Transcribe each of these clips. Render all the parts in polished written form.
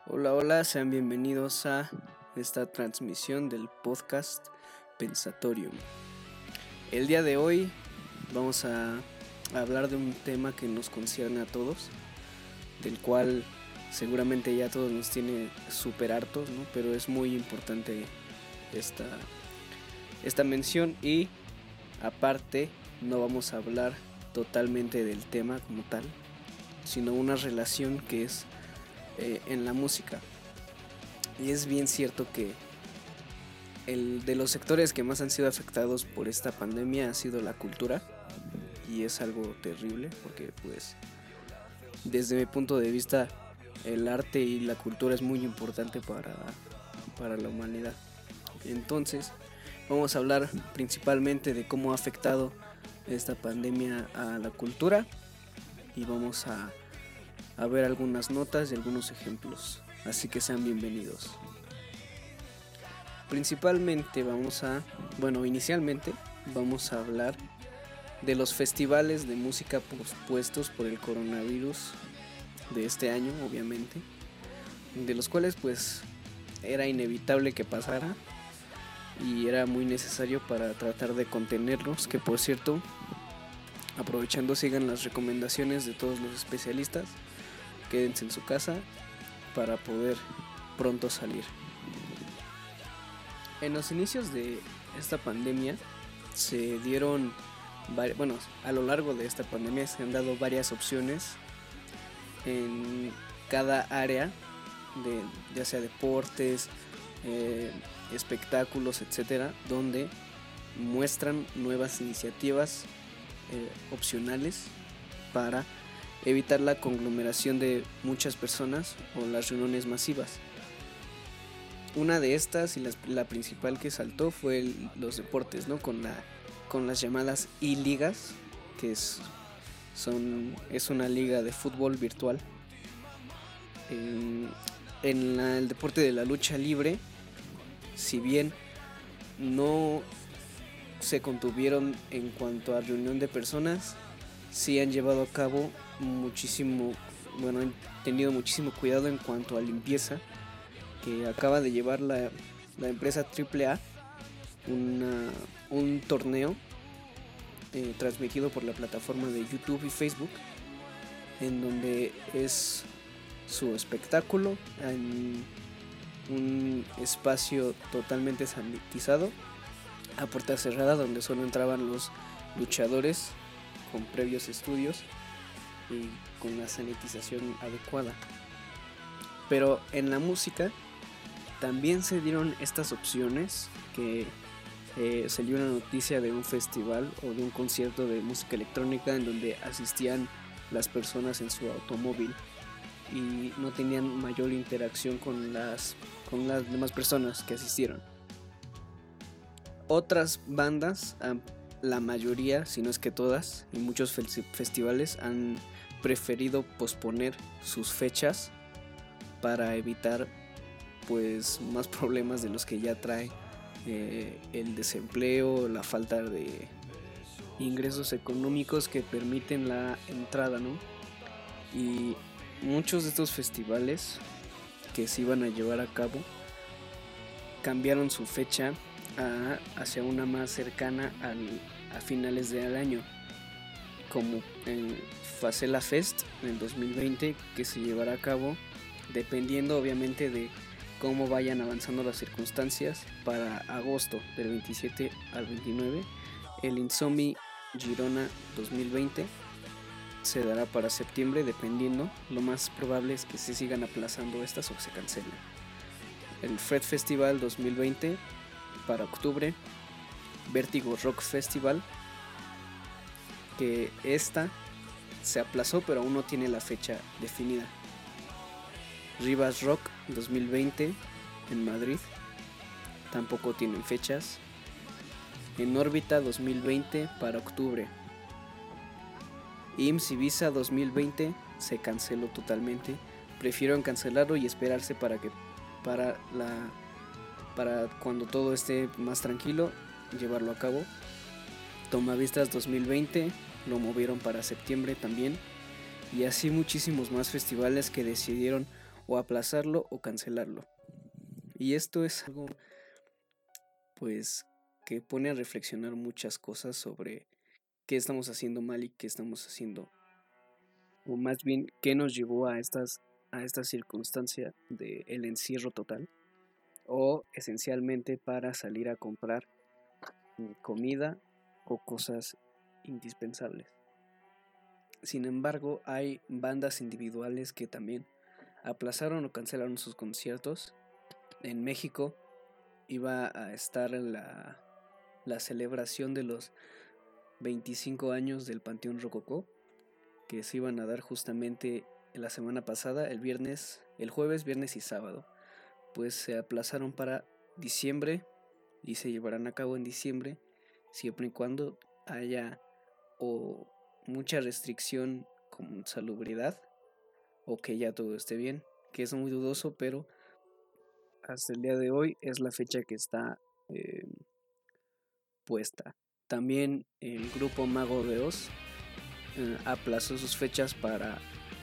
Hola, hola, sean bienvenidos a esta transmisión del podcast Pensatorium. El día de hoy vamos a hablar de un tema que nos concierne a todos, del cual seguramente ya todos nos tiene súper hartos, ¿no? Pero es muy importante esta mención y aparte no vamos a hablar totalmente del tema como tal, sino una relación que es en la música. Y es bien cierto que el de los sectores que más han sido afectados por esta pandemia ha sido la cultura, y es algo terrible porque pues desde mi punto de vista el arte y la cultura es muy importante para la humanidad. Entonces vamos a hablar principalmente de cómo ha afectado esta pandemia a la cultura y vamos a ver algunas notas y algunos ejemplos, así que sean bienvenidos. Inicialmente vamos a hablar de los festivales de música pospuestos por el coronavirus de este año, obviamente, de los cuales pues era inevitable que pasara y era muy necesario para tratar de contenerlos, que por cierto, aprovechando, sigan las recomendaciones de todos los especialistas. Quédense en su casa para poder pronto salir. En los inicios de esta pandemia se dieron, a lo largo de esta pandemia se han dado varias opciones en cada área, ya sea deportes, espectáculos, etcétera, donde muestran nuevas iniciativas opcionales para evitar la conglomeración de muchas personas o las reuniones masivas. Una de estas y la principal que saltó fue los deportes, ¿no? Con las llamadas e-ligas, que es una liga de fútbol virtual. El deporte de la lucha libre, si bien no se contuvieron en cuanto a reunión de personas, sí han llevado a cabo han tenido muchísimo cuidado en cuanto a limpieza, que acaba de llevar la empresa AAA un torneo transmitido por la plataforma de YouTube y Facebook, en donde es su espectáculo en un espacio totalmente sanitizado, a puerta cerrada, donde solo entraban los luchadores con previos estudios y con la sanitización adecuada. Pero en la música también se dieron estas opciones, que salió una noticia de un festival o de un concierto de música electrónica en donde asistían las personas en su automóvil y no tenían mayor interacción con las demás personas que asistieron. Otras bandas, la mayoría, si no es que todas, y muchos festivales han preferido posponer sus fechas para evitar pues más problemas de los que ya trae el desempleo, la falta de ingresos económicos que permiten la entrada, ¿no? Y muchos de estos festivales que se iban a llevar a cabo cambiaron su fecha hacia una más cercana a finales del año, como en Facela Fest en el 2020, que se llevará a cabo dependiendo obviamente de cómo vayan avanzando las circunstancias, para agosto del 27 al 29. El Insomni Girona 2020 se dará para septiembre, dependiendo. Lo más probable es que se sigan aplazando estas o se cancelen. El Fred Festival 2020 para octubre. Vértigo Rock Festival, que esta se aplazó pero aún no tiene la fecha definida. Rivas Rock 2020 en Madrid, tampoco tienen fechas. En órbita 2020 para octubre. IMSS Ibiza 2020 se canceló totalmente. Prefirieron cancelarlo y esperarse para cuando todo esté más tranquilo llevarlo a cabo. Tomavistas 2020 lo movieron para septiembre también. Y así muchísimos más festivales que decidieron o aplazarlo o cancelarlo. Y esto es algo pues que pone a reflexionar muchas cosas sobre qué estamos haciendo mal y qué estamos haciendo, o más bien qué nos llevó a esta circunstancia del encierro total, o esencialmente para salir a comprar comida o cosas indispensables. Sin embargo, hay bandas individuales que también aplazaron o cancelaron sus conciertos. En México iba a estar la celebración de los 25 años del Panteón Rococó, que se iban a dar justamente la semana pasada, el jueves, viernes y sábado. Pues se aplazaron para diciembre y se llevarán a cabo en diciembre, siempre y cuando haya o mucha restricción con salubridad o que ya todo esté bien, que es muy dudoso, pero hasta el día de hoy es la fecha que está puesta. También el grupo Mago de Oz aplazó sus fechas para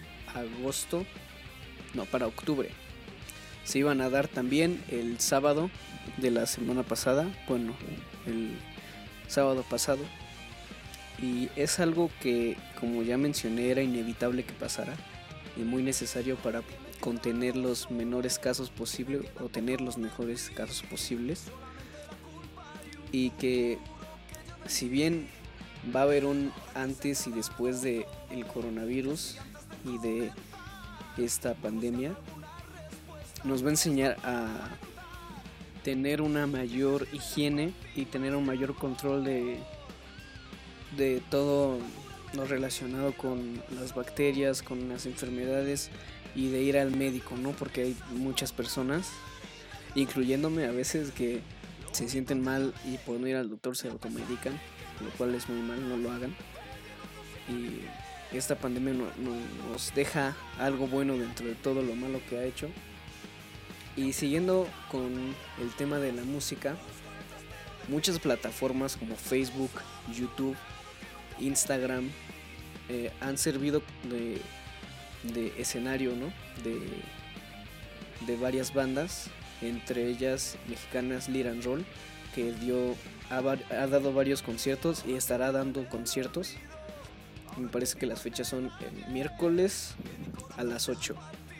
octubre. Se iban a dar también el sábado de la semana pasada, el sábado pasado, y es algo que, como ya mencioné, era inevitable que pasara y muy necesario para contener los menores casos posibles o tener los mejores casos posibles, y que si bien va a haber un antes y después de el coronavirus y de esta pandemia, nos va a enseñar a tener una mayor higiene y tener un mayor control de todo lo relacionado con las bacterias, con las enfermedades, y de ir al médico, ¿no? Porque hay muchas personas, incluyéndome a veces, que se sienten mal y por no ir al doctor se automedican, lo cual es muy mal, no lo hagan. Y esta pandemia nos deja algo bueno dentro de todo lo malo que ha hecho. Y siguiendo con el tema de la música, muchas plataformas como Facebook, YouTube, Instagram han servido de escenario, ¿no? de varias bandas, entre ellas mexicanas Lit and Roll, que ha dado varios conciertos y estará dando conciertos. Me parece que las fechas son el miércoles a las 8.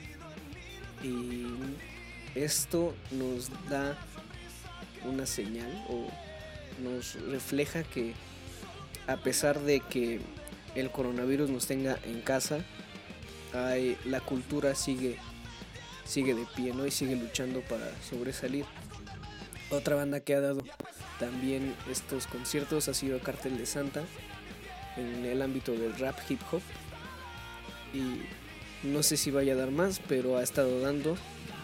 Y esto nos da una señal o nos refleja que, a pesar de que el coronavirus nos tenga en casa, la cultura sigue de pie, ¿no? Y sigue luchando para sobresalir. Otra banda que ha dado también estos conciertos ha sido Cartel de Santa, en el ámbito del rap hip hop, y no sé si vaya a dar más, pero ha estado dando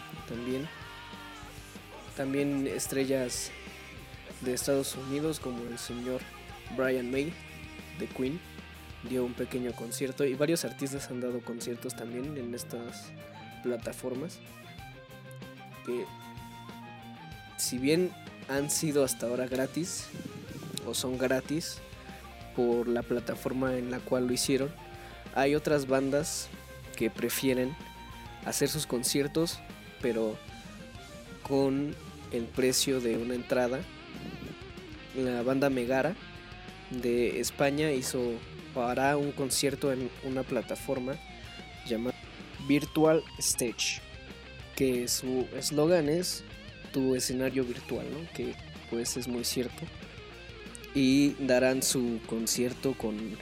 también estrellas de Estados Unidos, como el señor Brian May de Queen dio un pequeño concierto, y varios artistas han dado conciertos también en estas plataformas, que si bien han sido hasta ahora gratis o son gratis por la plataforma en la cual lo hicieron, hay otras bandas que prefieren hacer sus conciertos pero con el precio de una entrada. La banda Megara de España hará un concierto en una plataforma llamada Virtual Stage, que su eslogan es tu escenario virtual, ¿no? Que pues es muy cierto. Y darán su concierto con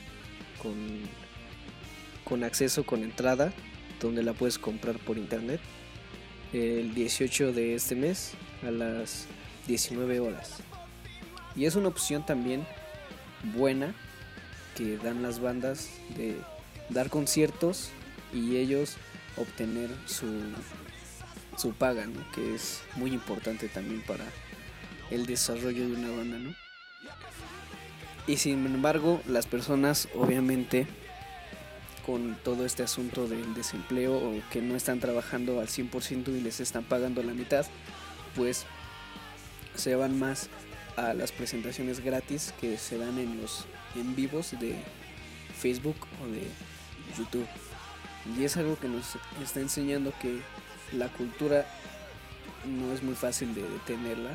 acceso, con entrada, donde la puedes comprar por internet, el 18 de este mes a las 19 horas. Y es una opción también buena que dan las bandas de dar conciertos y ellos obtener su paga, ¿no? Que es muy importante también para el desarrollo de una banda, ¿no? Y sin embargo, las personas, obviamente, con todo este asunto del desempleo o que no están trabajando al 100% y les están pagando la mitad, pues se van más a las presentaciones gratis que se dan en los en vivos de Facebook o de YouTube. Y es algo que nos está enseñando que la cultura no es muy fácil de detenerla,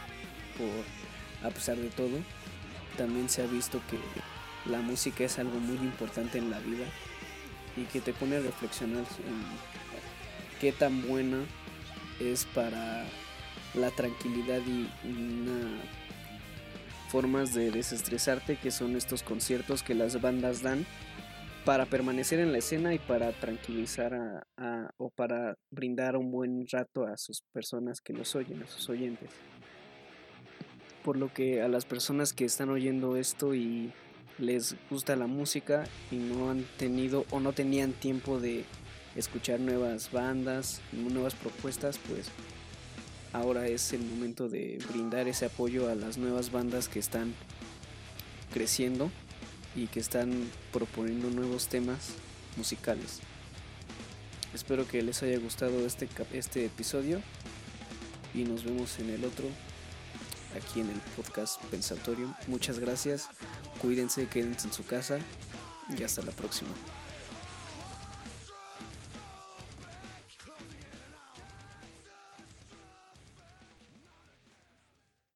a pesar de todo. También se ha visto que la música es algo muy importante en la vida y que te pone a reflexionar en qué tan buena es para la tranquilidad y formas de desestresarte, que son estos conciertos que las bandas dan para permanecer en la escena y para tranquilizar o para brindar un buen rato a sus personas que los oyen, a sus oyentes. Por lo que a las personas que están oyendo esto y les gusta la música y no han tenido o no tenían tiempo de escuchar nuevas bandas, nuevas propuestas, pues ahora es el momento de brindar ese apoyo a las nuevas bandas que están creciendo y que están proponiendo nuevos temas musicales. Espero que les haya gustado este episodio y nos vemos en el otro, aquí en el podcast Pensatorium. Muchas gracias, cuídense, quédense en su casa y hasta la próxima.